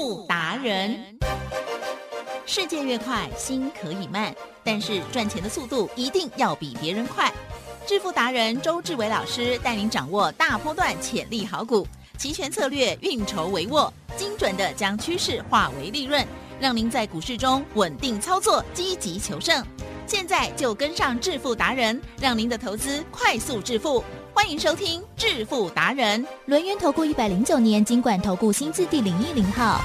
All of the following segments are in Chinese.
富达人。世界越快，心可以慢，但是赚钱的速度一定要比别人快。致富达人周志伟老师带您掌握大波段潜力好股，期权策略运筹帷幄，精准的将趋势化为利润，让您在股市中稳定操作，积极求胜。现在就跟上致富达人，让您的投资快速致富。欢迎收听致富达人。 轮源投顾109年金管投顾新字第010号。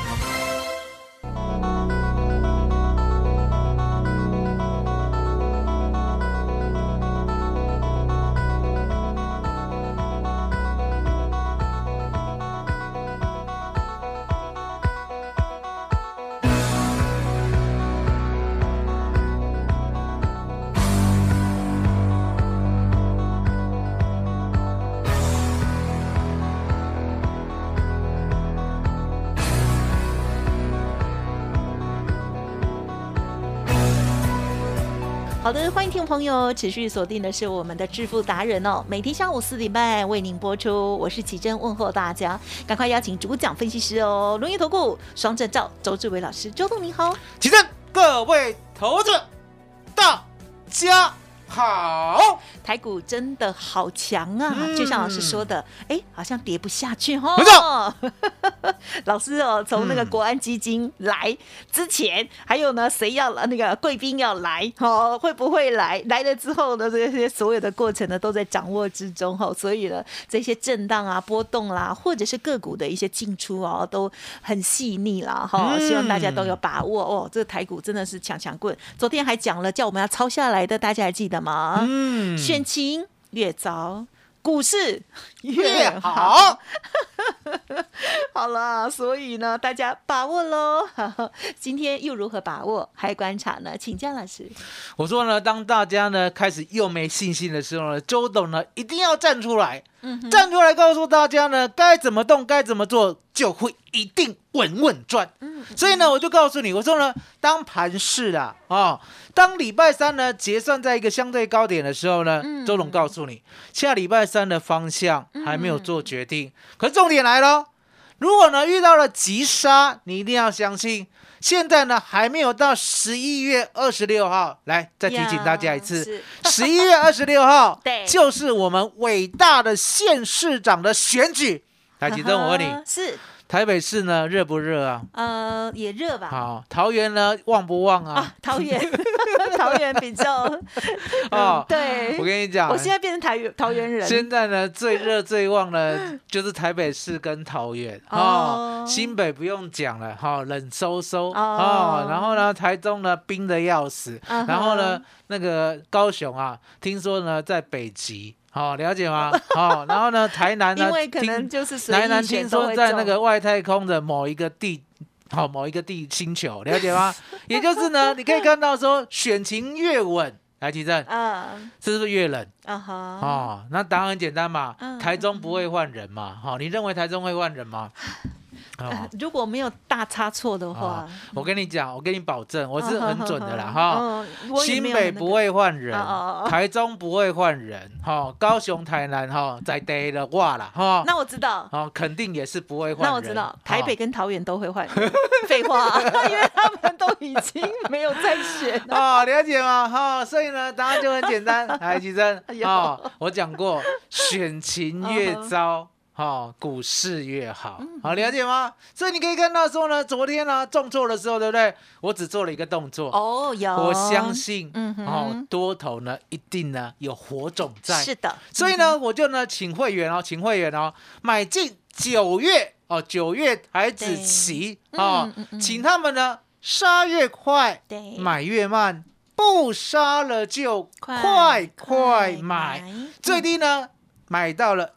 好的，欢迎听众朋友持续锁定的是我们的致富达人哦，每天下午4点半为您播出，我是奇珍，问候大家，赶快邀请主讲分析师哦，轮源投顾双证照周志伟老师，周董你好。 奇珍，各位投资者大家好。 台股真的好强啊，就像老师说的，好像跌不下去哦。 没错， 老师哦，从那个国安基金来之前，还有呢，谁要那个贵宾要来哦，会不会来？来了之后呢，这些所有的过程呢，都在掌握之中哈。所以呢，这些震荡啊、波动啦，或者是个股的一些进出哦，都很细腻啦哈。希望大家都有把握哦。这个台股真的是强强棍，昨天还讲了，叫我们要抄下来的，大家还记得吗？选情越早，股市越好。好了，所以呢，大家把握喽。今天又如何把握？还观察呢？请教老师。 我说呢，当大家呢开始又没信心的时候呢，周董呢一定要站出来，站出来告诉大家呢，该怎么动，该怎么做，就会一定稳稳赚。所以呢，我就告诉你，我说呢，当盘势啊，当礼拜三呢结算在一个相对高点的时候呢，周董告诉你，下礼拜三的方向还没有做决定。可是重点来了，如果呢遇到了急杀，你一定要相信，现在呢还没有到11月26号，来再提醒大家一次，11月26号就是我们伟大的县市长的选举。来，启正，我问你， 是台北市呢热不热啊？也热吧。 好，桃园呢旺不旺啊？ 桃园比较对。 我跟你讲， 我现在变成桃园人。 现在呢最热最旺的就是台北市跟桃园新北不用讲了冷飕飕然后呢台中呢冰得要死然后呢那个高雄啊，听说呢在北极。了解吗？然后呢，台南呢， 因为可能就是台南听说在那个外太空的某一个地星球，了解吗？也就是呢，你可以看到说，选情越稳，来提正，是不是越冷？那答案很简单嘛，台中不会换人嘛，你认为台中会换人吗？ 如果没有大差错的话， 我跟你讲，我跟你保证，我是很准的啦新北不会换人，台中不会换人，高雄、台南在地的话啦那我知道， 肯定也是不会换人。 那我知道，台北跟桃园都会换人。废话，因为他们都已经没有再选了。 了解吗？所以呢，答案就很简单。来，吉珍，我讲过，选情越糟。股市越好，了解吗？所以你可以看到说呢，昨天呢重挫的时候，对不对？我只做了一个动作有， 我相信多头呢一定呢有火种在， 是的。 所以呢，我就呢请会员买进9月台指期请他们呢杀越快，买越慢，不杀了就快买，最低呢买到了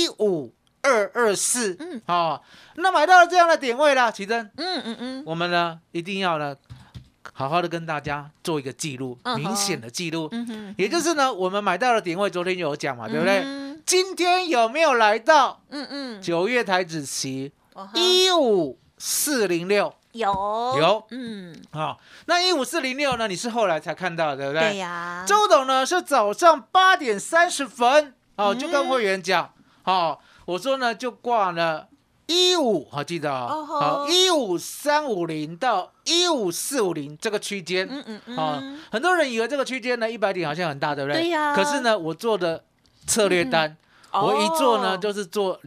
15224，那买到了这样的点位了，奇珍，我们呢一定要呢好好的跟大家做一个记录，明显的记录，也就是呢我们买到了点位，昨天有讲嘛，对不对？今天有没有来到9月台指期15406？有，那15406呢？你是后来才看到的，对不对？ 对呀。 周董呢是早上8点30分，就跟会员讲，我说呢就挂了 15，好记得好15350到15450这个区间，很多人以为这个区间呢100点好像很大，对不对？ 对呀。 可是呢，我做的策略单，我一做呢就是做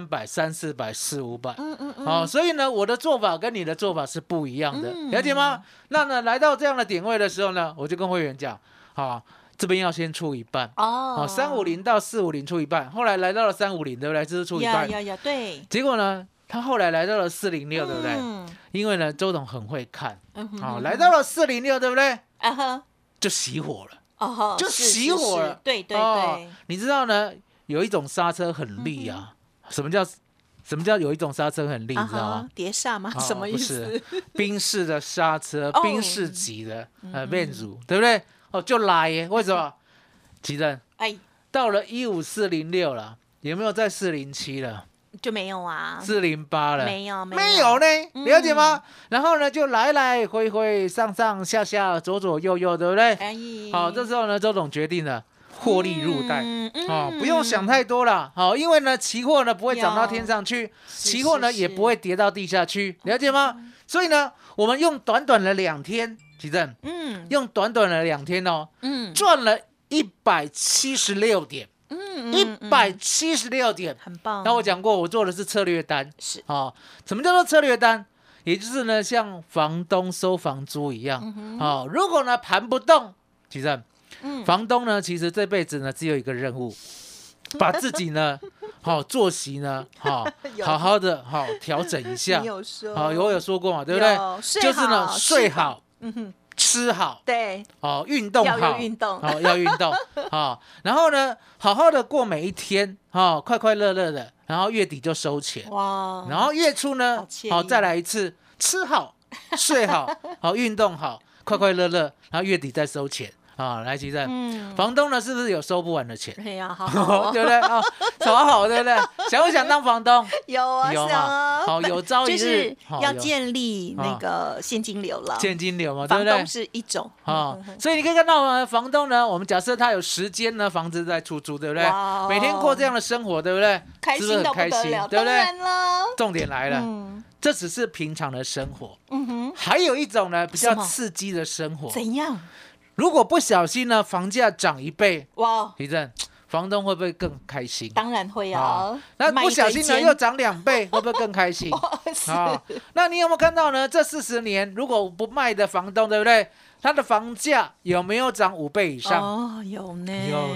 200、300、300、400、400、500，所以呢，我的做法跟你的做法是不一样的，了解吗？那呢，来到这样的点位的时候呢，我就跟会员讲，这边要先出一半350到450出一半，后来来到了350，对不对？这是出一半， 对。 结果呢，他后来来到了406，对不对？因为呢，周董很会看，来到了406，对不对？就熄火了，就熄火了， 对。 你知道呢，有一种刹车很利啊，什么叫有一种刹车很利？你知道吗？ 碟刹吗？什么意思？ 不是，宾士的刹车，宾士级的变速，对不对？就来耶，为什么？奇正，到了15406了，有没有在407了？ 就没有啊 ，408了， 没有呢，了解吗？然后呢，就来来回回，上上下下，左左右右，对不对？好，这时候呢，周董决定了获利入袋，不用想太多了，因为呢，期货呢不会涨到天上去，期货呢也不会跌到地下去，了解吗？所以呢，我们用短短的2天。奇正，用短短的2天赚了176点，176点， 很棒。 那我讲过，我做的是策略单， 是什么叫做策略单？也就是呢，像房东收房租一样，如果呢盘不动，奇正，房东呢其实这辈子呢只有一个任务，把自己呢，作息呢，好好的调整一下。我有说过嘛，对不对？就是呢睡好。吃好， 对， 运动好， 要运动， 要运动，然后呢，好好的过每一天，快快乐乐的，然后月底就收钱，哇，然后月初呢，再来一次，吃好，睡好，运动好，快快乐乐，然后月底再收钱。来奇正，房东呢是不是有收不完的钱？ 对呀，好， 对不对？好，对不对？想不想当房东？ 有啊，想啊。 有朝一日就是要建立那个现金流了。 现金流嘛，对不对？ 房东是一种所以你可以看到房东呢，我们假设他有10间呢房子在出租，对不对？每天过这样的生活，对不对？ 开心到不得了， 对不对？ 当然了。 重点来了，这只是平常的生活。还有一种呢比较刺激的生活。 怎样？ 如果不小心呢，房价涨1倍， 哇！ 奇正，房东会不会更开心？ 当然会啊。 那不小心呢，又涨2倍，会不会更开心？那你有没有看到呢？这40年如果不卖的房东，对不对？他的房价有没有涨5倍以上？ 有呢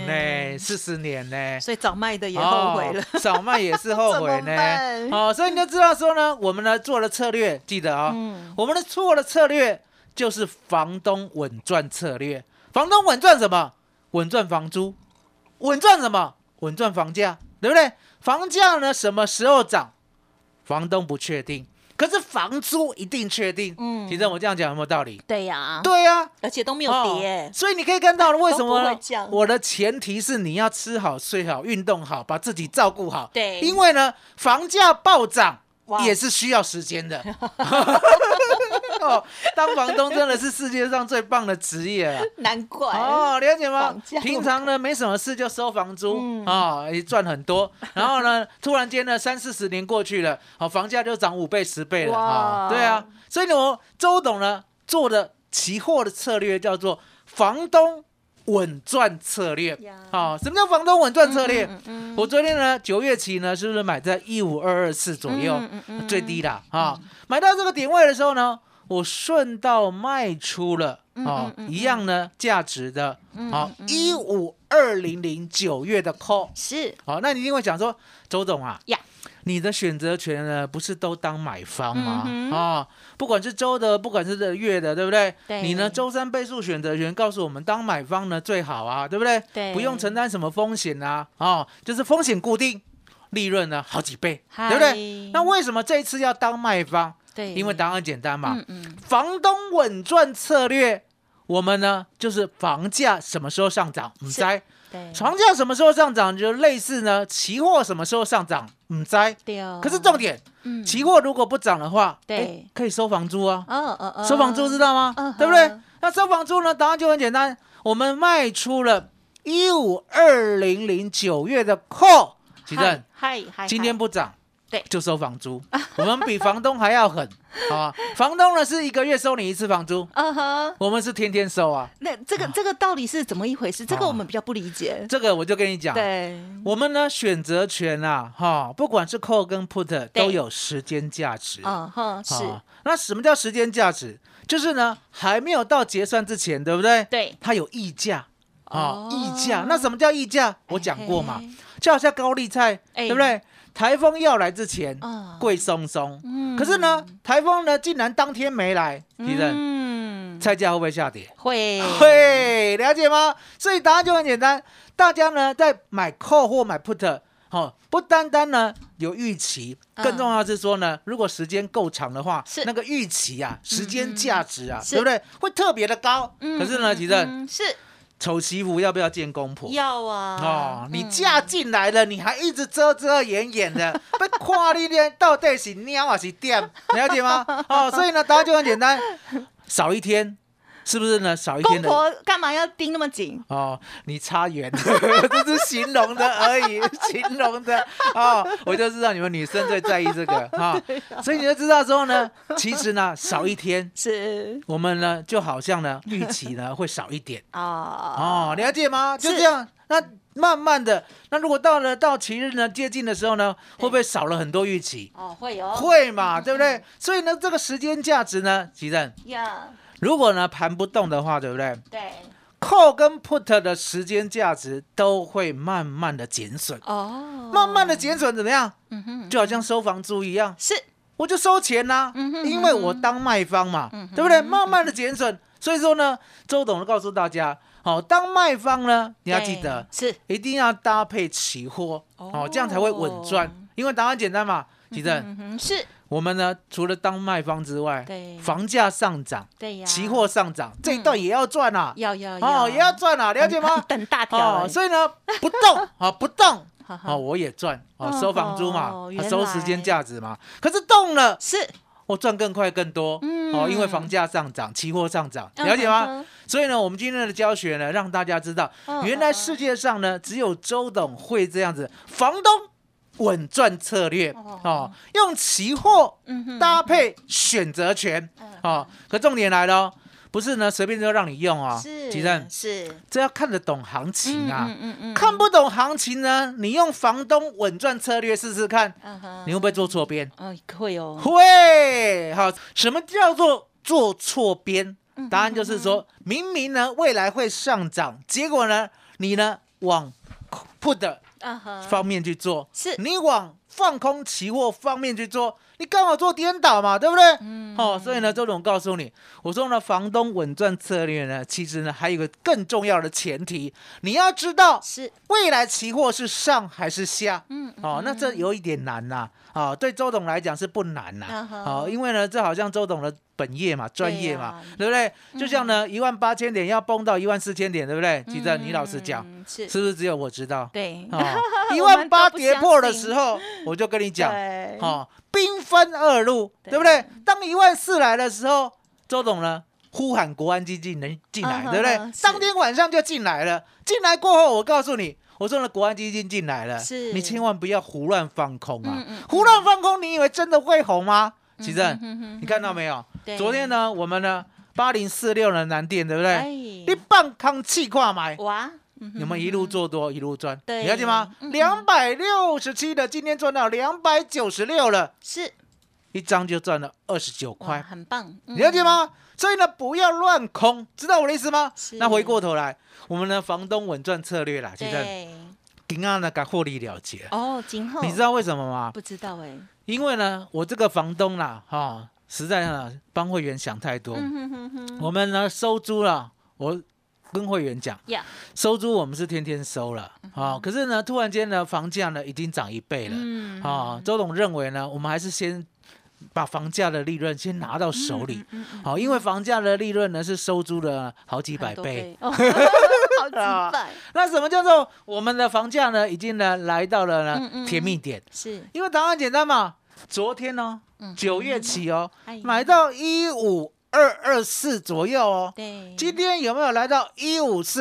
，40年呢。 所以早卖的也后悔了， 早卖也是后悔呢。所以你就知道说呢，我们呢做了策略，记得我们的做了策略。就是房东稳赚策略，房东稳赚什么？稳赚房租，稳赚什么？稳赚房价，对不对？房价呢什么时候涨，房东不确定，可是房租一定确定。其实我这样讲有没有道理？ 对呀， 对呀， 而且都没有跌， 所以你可以看到为什么我的前提是你要吃好、睡好、运动好，把自己照顾好。 对， 因为呢，房价暴涨。也是需要时间的。当房东真的是世界上最棒的职业了， 难怪了解吗？平常呢没什么事就收房租也赚很多，然后呢突然间呢30-40年过去了，房价就涨5倍10倍了对啊，所以呢我周董呢做的期货的策略叫做房东稳赚策略。什么叫房东稳赚策略？我昨天呢9月期呢是不是买在15224左右，最低啦买到这个点位的时候呢，我顺道卖出了一样呢价值的15200 9月的 call 是那你一定会讲说，周董啊你的选择权呢，不是都当买方吗？不管是周的，不管是月的，对不对？ 对。 你呢，周3倍数选择权告诉我们，当买方呢最好啊，对不对？ 对。 不用承担什么风险啊，就是风险固定，利润呢好几倍，对不对？那为什么这一次要当卖方？ 对， 因为答案简单嘛。房东稳赚策略，我们呢就是房价什么时候上涨，不知道。房价什么时候上涨，就类似呢期货什么时候上涨不知道。可是重点期货如果不涨的话，可以收房租啊收房租知道吗对不对？那收房租呢答案就很简单，我们卖出了15200 9月的 call 奇正今天不涨对， 就收房租，我们比房东还要狠啊！房东呢是1个月收你1次房租，我们是天天收啊。 那这个到底是怎么一回事？这个我们比较不理解。 这个我就跟你讲， 对， 我们呢选择权啊，不管是 call 跟 put 都有时间价值。 是。 那什么叫时间价值？就是呢还没有到结算之前，对不对？ 对， 它有溢价溢价。那什么叫溢价？我讲过嘛，就好像高丽菜，对不对？台风要来之前，贵松松，可是呢，台风呢竟然当天没来，敌人，菜价会不会下跌？会，了解吗？所以答案就很简单，大家呢在买 call 或买 put，不单单呢有预期，更重要的是说呢，如果时间够长的话，那个预期啊，时间价值啊，对不对？会特别的高。可是呢，其实是。 丑媳妇要不要见公婆？ 要啊！ 你嫁进来了，你还一直遮遮掩掩的，被看你呢到底是鸟还是点？了解吗？所以呢，答案就很简单，少一天，是不是呢？少一天的公婆干嘛要盯那么紧？ 你差远了，这是形容的而已，形容的我就知道你们女生最在意这个所以你就知道说呢，其实呢少一天是我们呢就好像呢预期呢会少一点了解吗？就这样，那慢慢的，那如果到期日呢接近的时候呢，会不会少了很多预期？会嘛，对不对？所以呢，这个时间价值呢，其实如果呢盘不动的话，对不对？对。call 跟 put 的时间价值都会慢慢的减损慢慢的减损怎么样？就好像收房租一样，是我就收钱啦因为我当卖方嘛对不对？慢慢的减损，所以说呢，周董告诉大家，当卖方呢，你要记得是一定要搭配期货这样才会稳赚，因为答案简单嘛，其实是。我们呢，除了当卖方之外，房价上涨，期货上涨，这一段也要赚啊，也要赚啊，了解吗？ 等大条所以呢，不动不动我也赚收房租嘛，收时间价值嘛。可是动了，是我赚更快更多因为房价上涨，期货上涨，了解吗？所以呢，我们今天的教学呢，让大家知道，原来世界上呢，只有周董会这样子，房东。稳赚策略用期货搭配选择权可重点来了不是呢随便就让你用其实是这要看得懂行情看不懂行情呢，你用房东稳赚策略试试看你会不会做错边？ 会会什么叫做做错边？答案就是说明明呢未来会上涨，结果呢你呢往 put方面去做，是你往放空期货方面去做，你刚好做颠倒嘛，对不对？所以呢，周董告诉你，我说呢，房东稳赚策略呢，其实呢还有一个更重要的前提，你要知道是未来期货是上还是下。那这有一点难呐。对周董来讲是不难呐。因为呢，这好像周董的本业嘛，专业嘛，对不对？就像呢，18000点要崩到14000点，对不对？其实你老实讲，是不是只有我知道？对，18000跌破的时候，我就跟你讲，兵分二路，对不对？当14000来的时候，周董呢呼喊国安基金能进来，对不对？当天晚上就进来了。进来过后，我告诉你，我说呢，国安基金进来了，你千万不要胡乱放空胡乱放空，你以为真的会红吗？其实你看到没有？昨天呢，我们呢8046的南电，对不对？你放空气跨买哇！有没有一路做多一路赚？你了解吗？267的今天赚到296了，是一张就赚了29块， 很棒。 你了解吗？所以呢，不要乱空，知道我的意思吗？那回过头来，我们的房东稳赚策略啦，其实今天呢，该获利了结今后你知道为什么吗？ 不知道因为呢，我这个房东啦，实在呢帮会员想太多。我们呢收租了，我跟会员讲，收租我们是天天收了可是呢，突然间呢，房价呢已经涨1倍了周董认为呢，我们还是先把房价的利润先拿到手里因为房价的利润呢是收租的好几百倍好几百那什么叫做我们的房价呢已经呢来到了呢甜蜜点？是因为答案简单嘛，昨天呢9月起买到15224左右对，今天有没有来到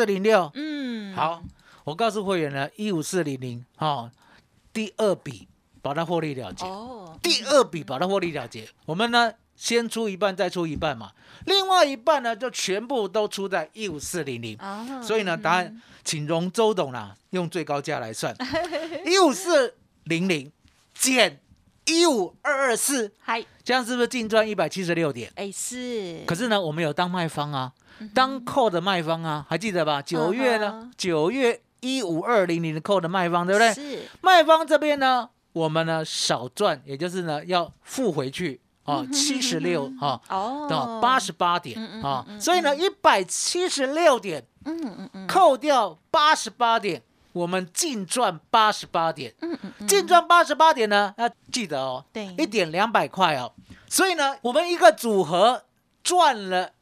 15406？好，我告诉会员呢，15400第二笔把它获利了结， 哦， 第二笔把它获利了结。我们呢先出一半，再出一半嘛，另外一半呢就全部都出在15400。 哦， 所以呢，答案请容周董啦用最高价来算，15400减15224， 嗨， 这样是不是净赚176点？ 哎是， 可是呢，我们有当卖方啊，当扣的卖方啊，还记得吧？9月呢，9月15200的扣的卖方，对不对？ 是， 卖方这边呢，我们呢少赚，也就是呢要付回去哦，76哦到88点啊，所以呢176点，扣掉88点。我们净赚88点，净赚88点呢，要记得哦， 对 ，1点200块哦，所以呢，我们一个组合赚了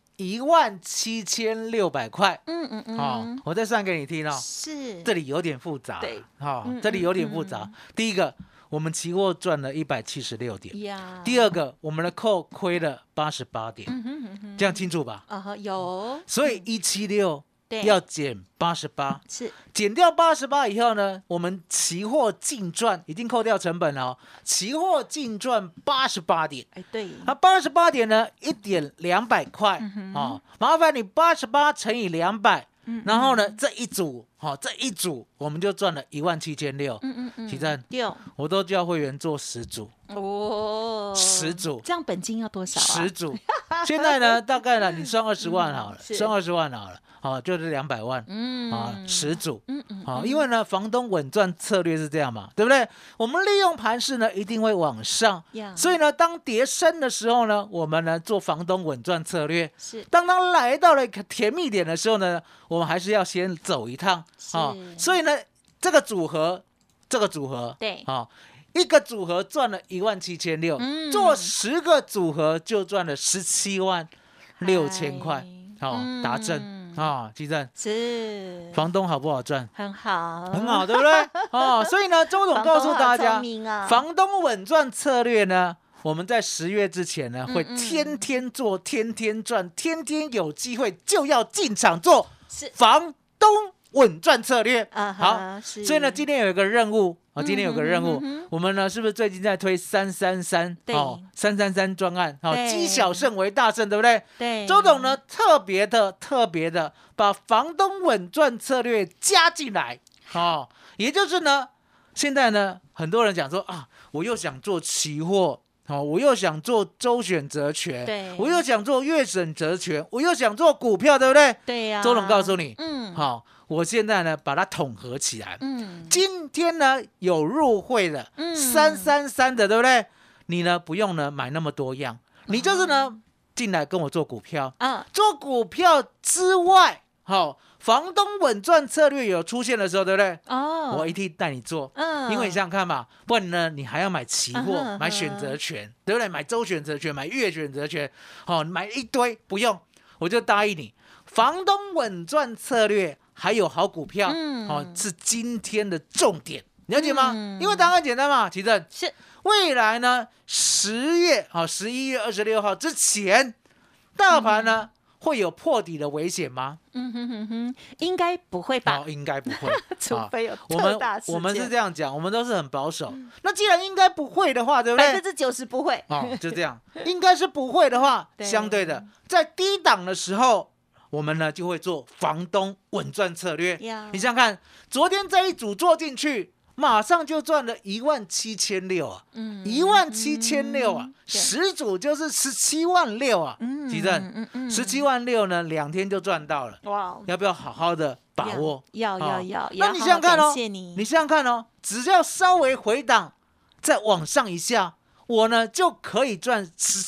17600块，我再算给你听哦， 是， 这里有点复杂， 对， 这里有点复杂。第一个，我们期货赚了176点呀， 第二个，我们的扣亏了88点，这样清楚吧？ 有， 所以176。 对， 要减88， 是减掉88以后呢，我们期货净赚已经扣掉成本了哦，期货净赚88点， 哎对， 那88点呢，1点200块哦，麻烦你88乘以200，然后呢这一组我们就赚了17600，奇正，我都叫会员做10组哦 ，10组， 这样本金要多少啊 ？10组，现在呢大概呢你算20万好了， 是算20万好了。就是200万，10组，因为呢，房东稳赚策略是这样嘛，对不对？我们利用盘势呢，一定会往上，所以呢，当跌升的时候呢，我们呢做房东稳赚策略， 是当它来到了一个甜蜜点的时候呢，我们还是要先走一趟，所以呢，这个组合， 对， 一个组合赚了17600，做10个组合就赚了176000块，达阵。基正是房东好不好赚？ 很好， 很好，对不对？所以呢，周总告诉大家，房东稳赚策略呢，我们在10月之前呢，会天天做，天天赚，天天有机会就要进场做房东稳赚策略。好，所以呢，今天有一个任务。我们呢是不是最近在推333？哦，333专案，积小胜为大胜，对不对？ 对。 周董呢特别的把房东稳赚策略加进来，也就是呢，现在呢很多人讲说啊，我又想做期货，我又想做周选择权，我又想做月选择权，我又想做股票，对不对？ 对呀。 周董告诉你，我现在呢把它统合起来，今天呢有入会的333的，对不对？你呢不用呢买那么多样，你就是呢进来跟我做股票，做股票之外，房东稳赚策略有出现的时候，对不对？我一定带你做，因为你想想看嘛，不然呢你还要买期货，买选择权，对不对？买周选择权，买月选择权，买一堆，不用，我就答应你，房东稳赚策略。还有好股票，是今天的重点，了解吗？因为答案简单嘛，其正是未来呢11月26号之前，大盘呢会有破底的危险吗？ 应该不会吧？ 应该不会， 除非有特大事件。 我们是这样讲，我们都是很保守。那既然应该不会的话，对不对 ？90%不会。 就这样，应该是不会的话，相对的，在低档的时候。我们呢就会做房东稳赚策略。你想想看，昨天这一组做进去，马上就赚了17600啊，17600啊，10组就是176000啊，奇正，176000呢2天就赚到了，哇！要不要好好的把握？ 要。 那你想想看哦，你想想看哦，只要稍微回档，再往上一下，我呢就可以赚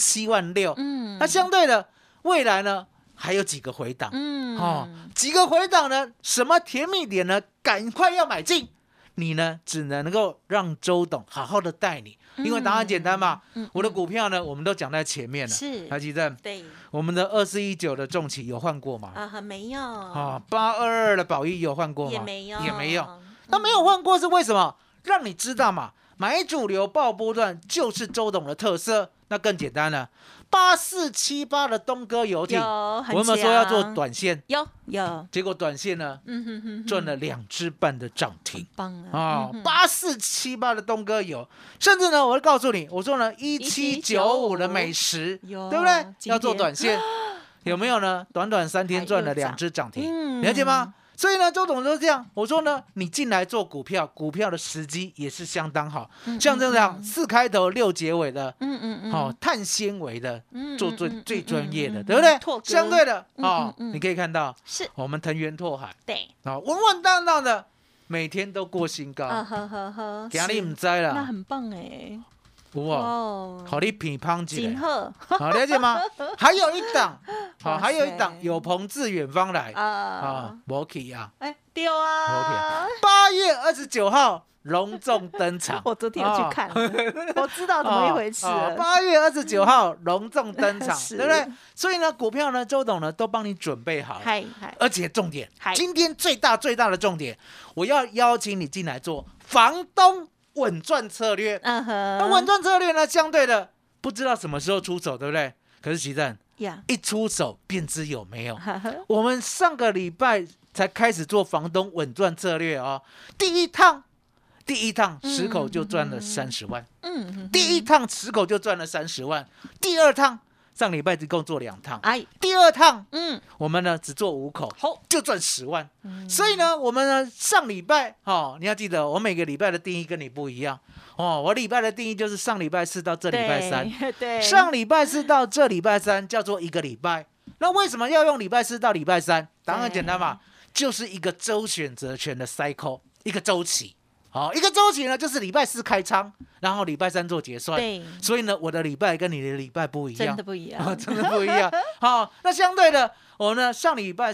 176000。那相对的，未来呢？还有几个回档，几个回档呢？什么甜蜜点呢？赶快要买进，你呢只能够让周董好好的带你，因为答案简单嘛。我的股票呢，我们都讲在前面了。 是， 台积电， 对， 我们的2419的重企有换过吗？ 没有。 822的宝一有换过吗？ 也没有。 那没有换过是为什么？让你知道嘛。 买主流爆波段就是周董的特色。那更简单了，8478的东哥游艇，我有没有说要做短线？ 有， 结果短线呢，赚了2只半的涨停， 棒啊！8478的东哥有，甚至呢，我会告诉你，我说呢，1795的美食，对不对？要做短线，有没有呢？短短3天赚了2只涨停，了解吗？所以呢，周董都这样。我说呢，你进来做股票，股票的时机也是相当好。像这样4开头6结尾的，碳纤维的，做最专业的，对不对？相对的，你可以看到， 是我们藤原拓海， 对， 稳稳当当的，每天都过新高。给你唔知啦， 那很棒哎。 哇，好你偏胖起来，好了解吗？还有一档，还有一档有朋自远方来摩去啊， 对啊 ，8月29号隆重登场。 我昨天有去看，我知道怎么一回事。 8月29号隆重登场，对不对？所以呢，股票呢，周董呢都帮你准备好，而且重点，今天最大的重点，我要邀请你进来做房东稳赚策略。那稳赚策略呢，相对的不知道什么时候出手，对不对？可是奇正一出手便知有没有。我们上个礼拜才开始做房东稳赚策略哦，第一趟10口就赚了30万，第一趟10口就赚了30万，第二趟上礼拜一共做2趟，第二趟我们呢只做5口，就赚10万。所以呢，我们呢上礼拜你要记得，我每个礼拜的定义跟你不一样我礼拜的定义就是上礼拜4到这礼拜3，对，上礼拜4到这礼拜3叫做1个礼拜。那为什么要用礼拜4到礼拜3？答案很简单嘛，就是一个周选择权的 cycle， 一个周期。一个周期呢，就是礼拜4开仓，然后礼拜3做结算。对，所以呢，我的礼拜跟你的礼拜不一样， 真的不一样， 真的不一样。那相对的，我呢上礼拜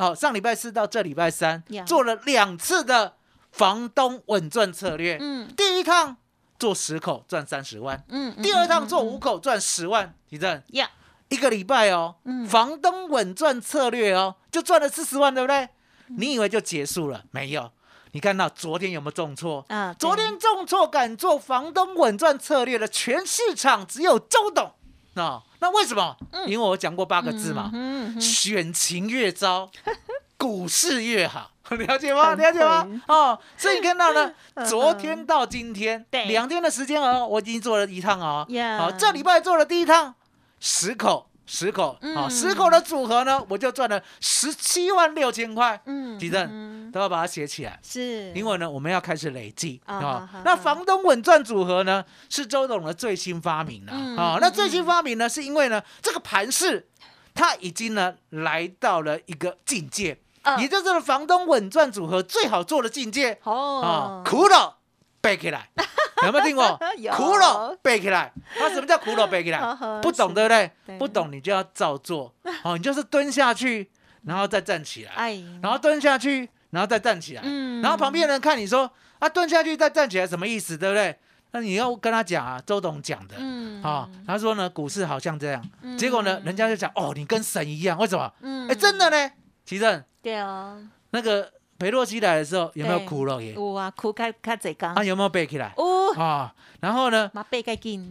4到这礼拜3做了2次的房东稳赚策略。第一趟做10口赚30万，第二趟做5口赚10万。奇正，1个礼拜房东稳赚策略就赚了40万，对不对？你以为就结束了？没有。你看到昨天有没有重挫？昨天重挫敢做房东稳赚策略的全市场只有周董。那为什么？因为我讲过8个字嘛，选情越糟，股市越好。了解吗？了解吗？所以你看到呢，昨天到今天2天的时间我已经做了1趟这礼拜做了第一趟10口。10口，10口的组合呢，我就赚了17万6千块。奇正都要把它写起来，是因为呢，我们要开始累计那房东稳赚组合呢，是周董的最新发明了那最新发明呢，是因为呢，这个盘势它已经呢来到了一个境界，也就是房东稳赚组合最好做的境界苦了背起来。有没有听过？苦了背起来。什么叫苦了背起来？不懂对不对？不懂你就要照做你就是蹲下去，然后再站起来，然后蹲下去，然后再站起来，然后旁边人看你说蹲下去再站起来什么意思？对不对？那你要跟他讲周董讲的他说呢，股市好像这样，结果呢，人家就讲你跟神一样，为什么？真的呢，奇正，对那个裴洛西来的时候有没有哭了？ 有啊，哭较侪天有没有背起来？有然后呢？ 背较紧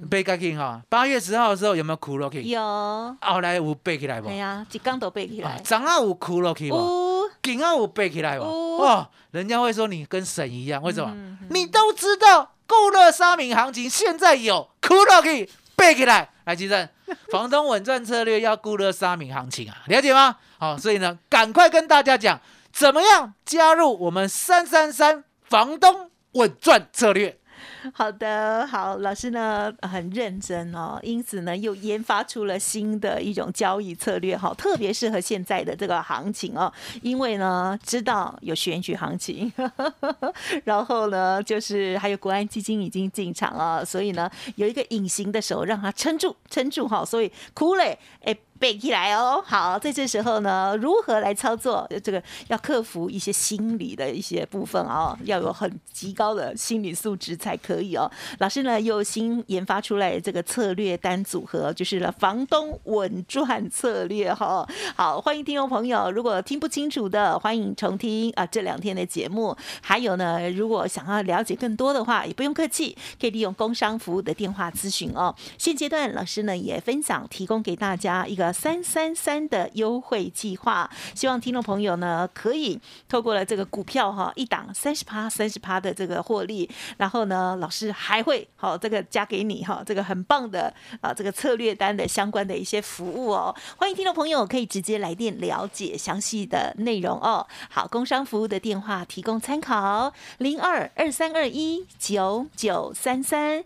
8月10号的时候有没有哭落去？ 有。 后来有背起来不？ 对啊，一天都背起来。 昨仔有哭落去不？有。今仔有背起来不？哇，人家会说你跟神一样，为什么？你都知道固乐沙明行情现在有哭落去背起来。来，奇正，房东稳赚策略要固乐沙明行情了解吗？所以呢，赶快跟大家讲。怎么样加入我们333房东稳赚策略？ 好的，好，老师呢很认真因此呢又研发出了新的一种交易策略特别适合现在的这个行情因为呢知道有选举行情，然后呢就是还有国安基金已经进场所以呢有一个隐形的手让它撑住所以苦嘞背起来好，在这时候呢，如何来操作？这个要克服一些心理的一些部分要有很极高的心理素质才可可以哦。老师呢又新研发出来这个策略单组合，就是房东稳赚策略哈。好，欢迎听众朋友，如果听不清楚的，欢迎重听这2天的节目。还有呢，如果想要了解更多的话，也不用客气，可以利用工商服务的电话咨询哦。现阶段老师呢也分享提供给大家一个333的优惠计划，希望听众朋友呢可以透过了这个股票一档30% 的这个获利，然后呢老师还会这个加给你这个很棒的这个策略单的相关的一些服务哦。欢迎听众朋友可以直接来电了解详细的内容哦。好，工商服务的电话提供参考0223219933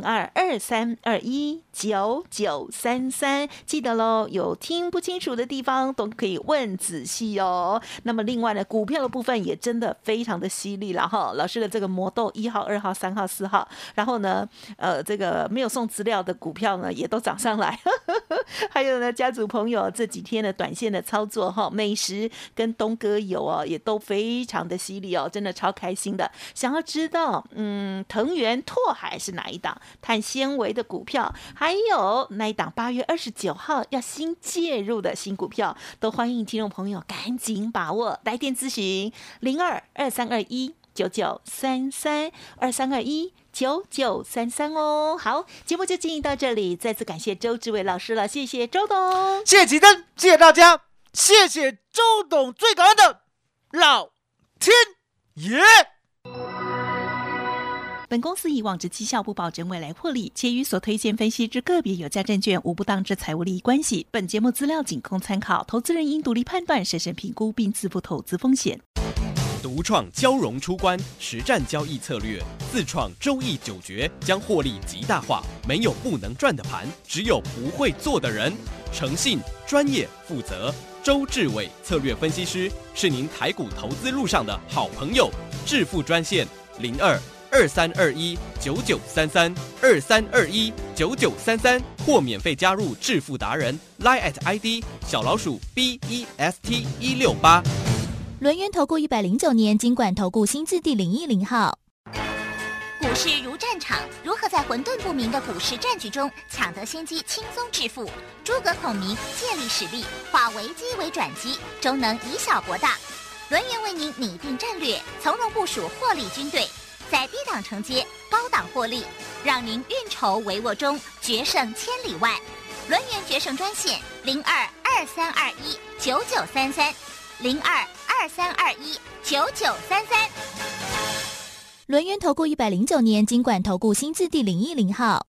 0223219933，记得咯，有听不清楚的地方都可以问仔细哦。那么另外呢，股票的部分也真的非常的犀利了哈。老师的这个魔豆1号、2号、3号、4号，然后呢，这个没有送资料的股票呢也都涨上来，还有呢，家族朋友这几天的短线的操作哈，美食跟东哥油哦也都非常的犀利哦，真的超开心的。想要知道腾源拓海是哪一档碳纤维的股票，还有那一档8月29号要新介入的新股票，都欢迎听众朋友赶紧把握，来电咨询022321993323219933哦。好，节目就进行到这里，再次感谢周志伟老师了，谢谢周董， 谢谢启登，谢谢大家，谢谢周董，最感恩的老天爷。 本公司以往之绩效不保证未来获利，且与所推荐分析之个别有价证券无不当之财务利益关系。本节目资料仅供参考，投资人应独立判断、审慎评估并自负投资风险。 独创交融出关实战交易策略，自创周易9诀，将获利极大化。没有不能赚的盘，只有不会做的人。诚信、专业、负责，周志伟策略分析师是您台股投资路上的好朋友。致富专线02-2321-9933 或免费加入致富达人 Line ID 小老鼠BEST168。 轮源投顾109年金管投顾新字第010号。 股市如战场，如何在混沌不明的股市战局中抢得先机，轻松致富？诸葛孔明借力使力，化危机为转机，终能以小博大。轮源为您拟定战略，从容部署获利军队，在低档承接，高档获利，让您运筹帷幄中决胜千里外。轮源决胜专线02-2321-9933。02-2321-9933。 轮源投顾109年金管投顾新字第010号。